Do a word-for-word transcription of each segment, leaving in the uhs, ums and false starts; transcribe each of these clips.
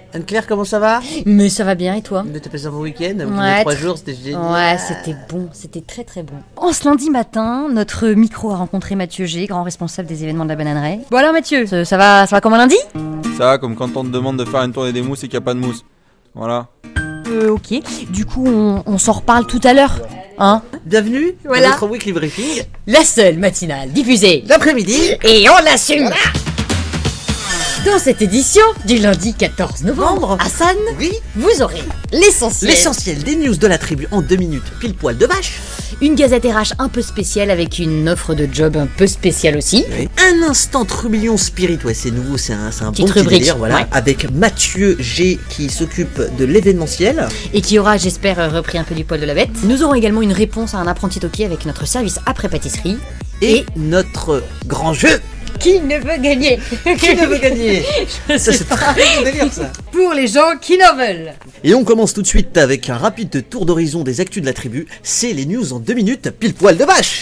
Anne-Claire, comment ça va? Mais ça va bien, et toi? T'as passé un bon week-end? Ouais, trois jours, c'était génial. Ouais, c'était bon, c'était très très bon. En ce lundi matin, notre micro a rencontré Mathieu G, grand responsable des événements de la Bananeraie. Bon alors Mathieu, ça, ça va, ça va comme un lundi? Ça va comme quand on te demande de faire une tournée des mousses et qu'il n'y a pas de mousse. Voilà. Euh, ok. Du coup, on, on s'en reparle tout à l'heure. Hein? Bienvenue Voilà. dans notre weekly briefing. La seule matinale diffusée L'après-midi. et on l'assume. Dans cette édition du lundi quatorze novembre, Hassan, Oui. vous aurez l'essentiel. L'essentiel des news de la tribu en deux minutes, pile poil de vache. Une gazette R H un peu spéciale avec une offre de job un peu spéciale aussi. Oui. Un instant Trubillon Spirit, ouais, c'est nouveau, c'est un, c'est un bon Petite petit rubrique, délire, voilà. ouais. Avec Mathieu G qui s'occupe de l'événementiel. Et qui aura, j'espère, repris un peu du poil de la bête. Nous aurons également une réponse à un apprenti toqué avec notre service après-pâtisserie. Et, Et- notre grand jeu. Qui ne veut gagner? Qui ne veut gagner? Je Ça, sais c'est pas. très bon délire, ça. Pour les gens qui n'en veulent. Et on commence tout de suite avec un rapide tour d'horizon des actus de la tribu. C'est les news en deux minutes, pile poil de vache.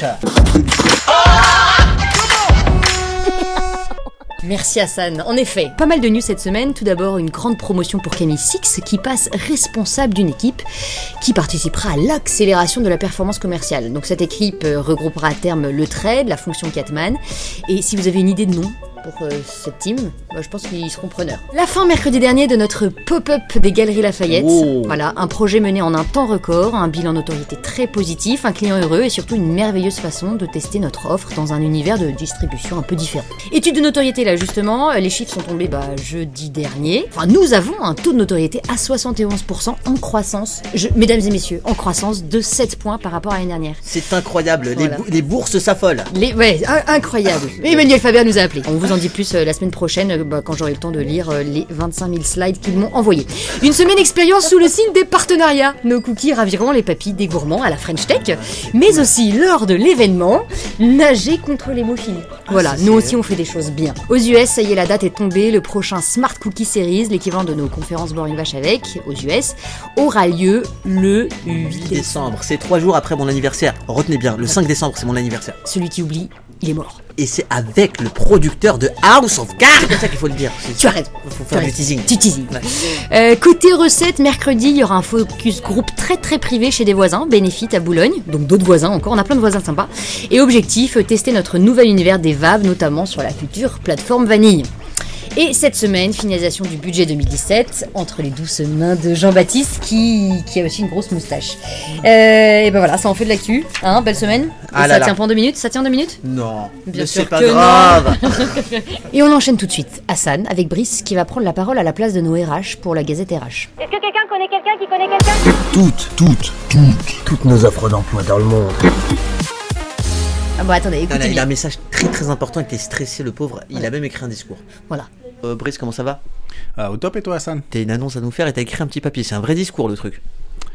Merci Hassan. En effet, pas mal de news cette semaine. Tout d'abord, une grande promotion pour Camille Six qui passe responsable d'une équipe qui participera à l'accélération de la performance commerciale. Donc cette équipe euh, regroupera à terme le trade, la fonction Catman. Et si vous avez une idée de nom pour euh, cette team, bah, je pense qu'ils seront preneurs. La fin mercredi dernier de notre pop-up des Galeries Lafayette. Oh. Voilà, un projet mené en un temps record, un bilan notoriété très positif, un client heureux et surtout une merveilleuse façon de tester notre offre dans un univers de distribution un peu différent. Étude de notoriété là justement, les chiffres sont tombés bah, jeudi dernier. Enfin, nous avons un taux de notoriété à soixante et onze pour cent en croissance, je, mesdames et messieurs, en croissance de sept points par rapport à l'année dernière. C'est incroyable, Voilà. les, bou- les bourses s'affolent. Les, ouais, in- incroyable. Emmanuel Faber nous a appelé. On vous en dit plus euh, la semaine prochaine, euh, bah, quand j'aurai le temps de lire euh, les vingt-cinq mille slides qu'ils m'ont envoyés. Une semaine expérience sous le signe des partenariats. Nos cookies raviront les papilles des gourmands à la French Tech, mais aussi lors de l'événement, nager contre l'hémophilie. Voilà, ça, nous c'est- aussi on fait des choses bien. Aux U S, ça y est, la date est tombée. Le prochain Smart Cookie Series, l'équivalent de nos conférences Boire une vache avec, aux U S, aura lieu le huit décembre. Décembre, c'est trois jours après mon anniversaire. Retenez bien, le cinq décembre, c'est mon anniversaire. Celui qui oublie, il est mort. Et c'est avec le producteur de House of Cards. C'est comme ça qu'il faut le dire. C'est- Tu as raison. Faut Tu faire as du raison. teasing. Tu teasing. Ouais. Euh, côté recette, mercredi, il y aura un focus groupe très très privé chez des voisins, Benefit à Boulogne, donc d'autres voisins encore, on a plein de voisins sympas. Et objectif, euh, tester notre nouvel univers des V A V, notamment sur la future plateforme Vanille. Et cette semaine, finalisation du budget deux mille dix-sept, entre les douces mains de Jean-Baptiste, qui, qui a aussi une grosse moustache. Euh, et ben voilà, ça en fait de l'actu, hein, belle semaine. Et Ah là ça là. tient pas en deux minutes, ça tient en deux minutes? Non, Bien mais sûr c'est pas que non. grave. Et on enchaîne tout de suite, Hassan, avec Brice, qui va prendre la parole à la place de nos R H pour la Gazette R H. Est-ce que quelqu'un connaît quelqu'un qui connaît quelqu'un? Toutes, toutes, toutes, toutes nos offres d'emploi dans le monde. Ah bon, attendez, Non, écoutez là, il a bien. un message très très important, il était stressé le pauvre, il a même écrit un discours. Voilà. Euh, Brice, comment ça va? Ah, au top et toi Hassan? T'as une annonce à nous faire et t'as écrit un petit papier, c'est un vrai discours le truc.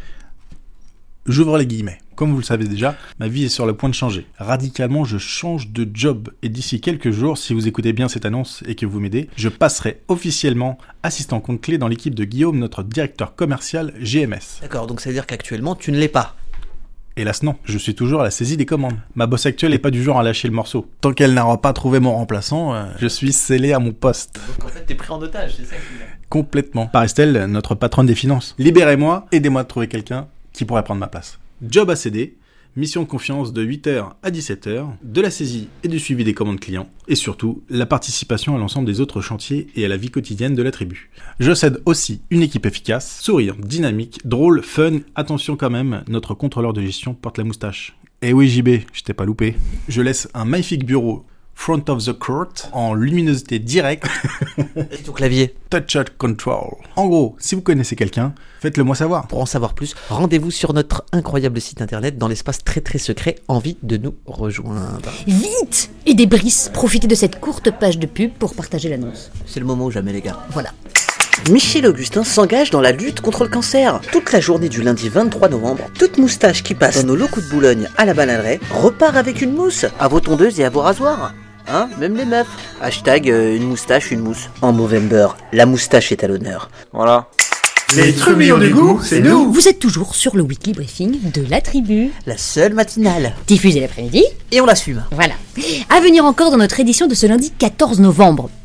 J'ouvre les guillemets. Comme vous le savez déjà, ma vie est sur le point de changer. Radicalement, je change de job. Et d'ici quelques jours, si vous écoutez bien cette annonce et que vous m'aidez, je passerai officiellement assistant compte clé dans l'équipe de Guillaume, notre directeur commercial G M S. D'accord, donc ça veut dire qu'actuellement tu ne l'es pas. Hélas non, je suis toujours à la saisie des commandes. Ma boss actuelle est pas du genre à lâcher le morceau. Tant qu'elle n'aura pas trouvé mon remplaçant, euh, je suis scellé à mon poste. Donc en fait t'es pris en otage, c'est ça qui Complètement. Par Estelle, notre patronne des finances. Libérez-moi, aidez-moi à trouver quelqu'un qui pourrait prendre ma place. Job à céder, mission de confiance de huit heures à dix-sept heures, de la saisie et du suivi des commandes clients, et surtout, la participation à l'ensemble des autres chantiers et à la vie quotidienne de la tribu. Je cède aussi une équipe efficace, souriante, dynamique, drôle, fun, attention quand même, notre contrôleur de gestion porte la moustache. Eh oui J B, je t'ai pas loupé. Je laisse un magnifique bureau front of the court en luminosité directe, Et ton clavier. touch control. En gros, si vous connaissez quelqu'un, faites-le moi savoir. Pour en savoir plus, rendez-vous sur notre incroyable site internet dans l'espace très très secret, envie de nous rejoindre. Vite! Et des Brice, profitez de cette courte page de pub pour partager l'annonce. C'est le moment ou jamais les gars. Voilà. Michel Augustin s'engage dans la lutte contre le cancer. Toute la journée du lundi vingt-trois novembre, toute moustache qui passe dans nos locaux de Boulogne à la Bananeraie repart avec une mousse. À vos tondeuses et à vos rasoirs. Hein, même les meufs. Hashtag euh, une moustache, une mousse. En Movember, la moustache est à l'honneur. Voilà. Les trubillons du goût, c'est nous. Vous êtes toujours sur le weekly briefing de la tribu, La seule matinale. diffusé l'après-midi. Et on l'assume. Voilà. À venir encore dans notre édition de ce lundi quatorze novembre.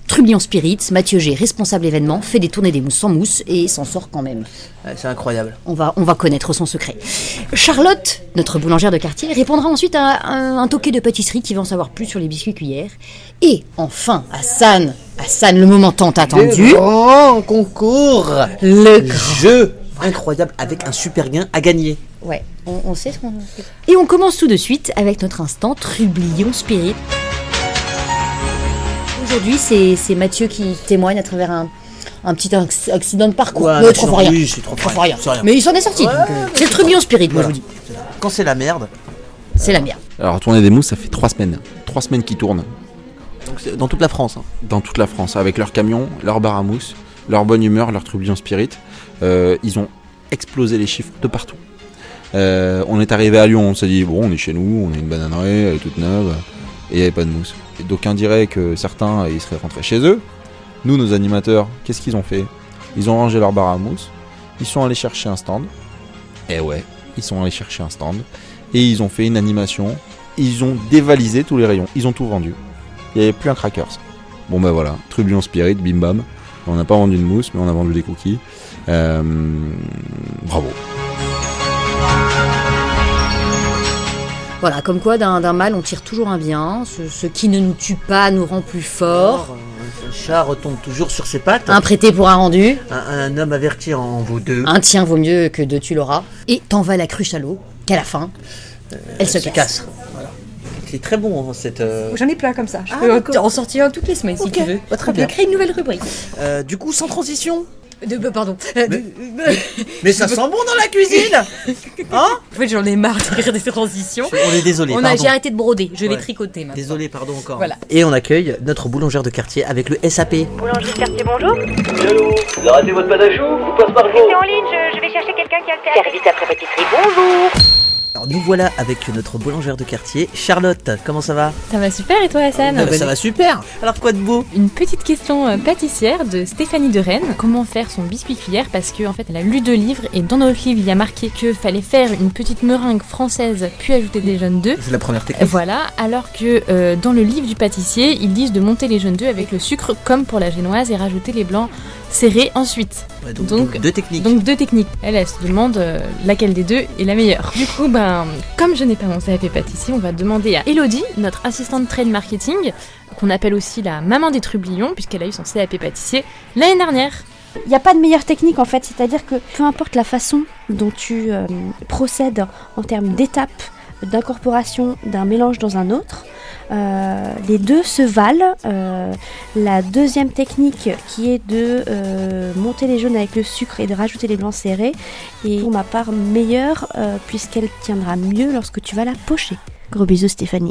Trublion Spirits, Mathieu G, responsable événement, fait des tournées des mousses sans mousse et s'en sort quand même. Ouais, c'est incroyable. On va, on va connaître son secret. Charlotte, notre boulangère de quartier, répondra ensuite à un, un toqué de pâtisserie qui va en savoir plus sur les biscuits cuillères. Et enfin, Hassan, Hassan, le moment tant attendu. Le grand concours. Le jeu incroyable avec un super gain à gagner. Ouais, on, on sait ce qu'on fait. Et on commence tout de suite avec notre instant Trublion Spirit. Aujourd'hui, c'est, c'est Mathieu qui témoigne à travers un, un petit accident de parcours. Ouais, mais trop pour rien. Oui, c'est trop pour rien. rien. Mais il s'en est sorti. Ouais, donc, euh, c'est le Trublion Spirit, moi voilà. je vous dis. Quand c'est la merde, c'est la merde. Alors, tourner des mousses, ça fait trois semaines. Trois semaines qu'ils tournent. Donc c'est dans toute la France. Hein. Dans toute la France, avec leur camion, leur bar à mousse, leur bonne humeur, leur Trublion Spirit. Euh, ils ont explosé les chiffres de partout. Euh, on est arrivé à Lyon, on s'est dit, bon, on est chez nous, on est une bananerie, elle est toute neuve, et il n'y avait pas de mousse. Et d'aucuns diraient que certains, ils seraient rentrés chez eux. Nous, nos animateurs, qu'est-ce qu'ils ont fait ? Ils ont rangé leur bar à mousse, ils sont allés chercher un stand. Et ouais, ils sont allés chercher un stand. Et ils ont fait une animation, ils ont dévalisé tous les rayons, ils ont tout vendu. Il n'y avait plus un crackers. Bon ben voilà, Trublion Spirit, bim bam. On n'a pas vendu de mousse, mais on a vendu des cookies. Euh, bravo. Voilà, comme quoi d'un, d'un mal on tire toujours un bien. Ce, ce qui ne nous tue pas nous rend plus fort. Un chat retombe toujours sur ses pattes. Un prêté pour un rendu. Un, un homme averti en vaut deux. Un tien vaut mieux que deux tu l'auras. Et t'en vas la cruche à l'eau, qu'à la fin, euh, elle se casse. casse. Voilà. C'est très bon hein, cette. Euh... J'en ai plein comme ça. Je ah, peux en sortir un toutes les semaines okay. si tu veux. Bah, très on bien. peut créer une nouvelle rubrique. Euh, du coup, sans transition. De, bah, pardon. Euh, mais, de, mais ça sent bon dans la cuisine. Hein ? En fait, j'en ai marre d'écrire des transitions. On est désolé. On a, j'ai arrêté de broder. Je vais ouais. tricoter maintenant. Désolé, pardon encore. Voilà. Et on accueille notre boulangère de quartier avec le S A P. Boulanger de quartier, bonjour. Allô, vous avez raté votre pâte à choux ou passe par jour ? C'est en ligne, je, je vais chercher quelqu'un qui a le service après pâtisserie, bonjour. Alors nous voilà avec notre boulangère de quartier, Charlotte. Comment ça va ? Ça va super et toi Hassan ? ah bah, Ça va super. Alors quoi de beau ? Une petite question euh, pâtissière de Stéphanie de Rennes. Comment faire son biscuit cuillère ? Parce qu'en en fait elle a lu deux livres et dans notre livre il y a marqué qu'il fallait faire une petite meringue française puis ajouter des jaunes d'œufs. C'est la première technique. Voilà, alors que euh, dans le livre du pâtissier ils disent de monter les jaunes d'œufs avec le sucre comme pour la génoise et rajouter les blancs serrés ensuite. Ouais, donc, donc, donc deux techniques. Donc deux techniques. Elle, elle se demande euh, laquelle des deux est la meilleure. Du coup, ben, comme je n'ai pas mon C A P pâtissier, on va demander à Elodie, notre assistante trade marketing, qu'on appelle aussi la maman des trublions, puisqu'elle a eu son C A P pâtissier l'année dernière. Il n'y a pas de meilleure technique en fait, c'est-à-dire que peu importe la façon dont tu euh, procèdes en termes d'étapes, d'incorporation d'un mélange dans un autre, Euh, les deux se valent. Euh, la deuxième technique qui est de euh, monter les jaunes avec le sucre et de rajouter les blancs serrés est pour ma part meilleure euh, puisqu'elle tiendra mieux lorsque tu vas la pocher. Gros bisous Stéphanie.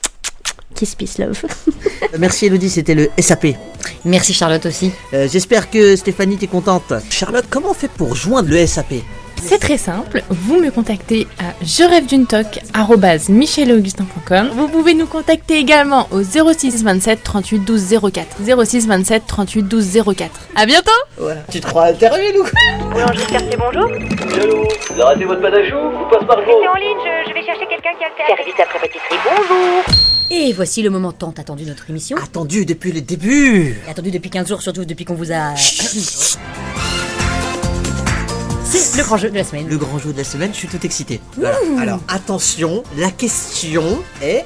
Kiss peace love. Merci Elodie, c'était le S A P. Merci Charlotte aussi. Euh, j'espère que Stéphanie t'es contente. Charlotte, comment on fait pour joindre le S A P ? C'est très simple, vous me contactez à je rêve d'une toque arobase michel augustin point com. Vous pouvez nous contacter également au zéro six vingt-sept trente-huit douze zéro quatre. zéro six vingt-sept trente-huit douze zéro quatre. À bientôt. Voilà. Tu te crois interview ou quoi ? Boulanger de quartier, bonjour. Allô, vous avez raté votre pâte à choux ou passe par jour ? C'est en ligne, je, je vais chercher quelqu'un qui a le service après pâtisserie, bonjour. Et voici le moment tant attendu de notre émission. Attendu depuis le début. Et attendu depuis quinze jours, surtout depuis qu'on vous a... C'est le grand jeu de la semaine. Le grand jeu de la semaine, je suis tout excité. Voilà. Alors, attention, la question est...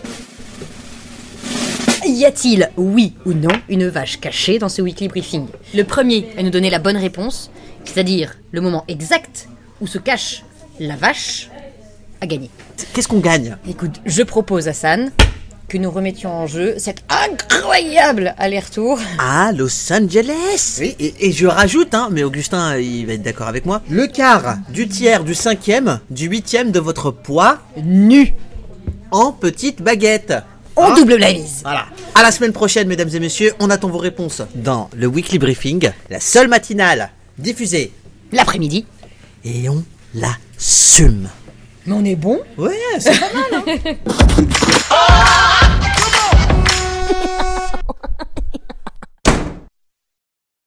Y a-t-il, oui ou non, une vache cachée dans ce weekly briefing ? Le premier à nous donner la bonne réponse, c'est-à-dire le moment exact où se cache la vache, a gagné. Qu'est-ce qu'on gagne ? Écoute, je propose à Hassan que nous remettions en jeu cet incroyable aller-retour à Los Angeles. Oui, et, et je rajoute, hein, mais Augustin, il va être d'accord avec moi, le quart, du tiers, du cinquième, du huitième de votre poids nu en petite baguette. En hein double lise. Voilà. À la semaine prochaine, mesdames et messieurs. On attend vos réponses dans le Weekly Briefing, la seule matinale diffusée l'après-midi. Et on l'assume. Mais on est bon. Ouais, c'est pas mal, hein.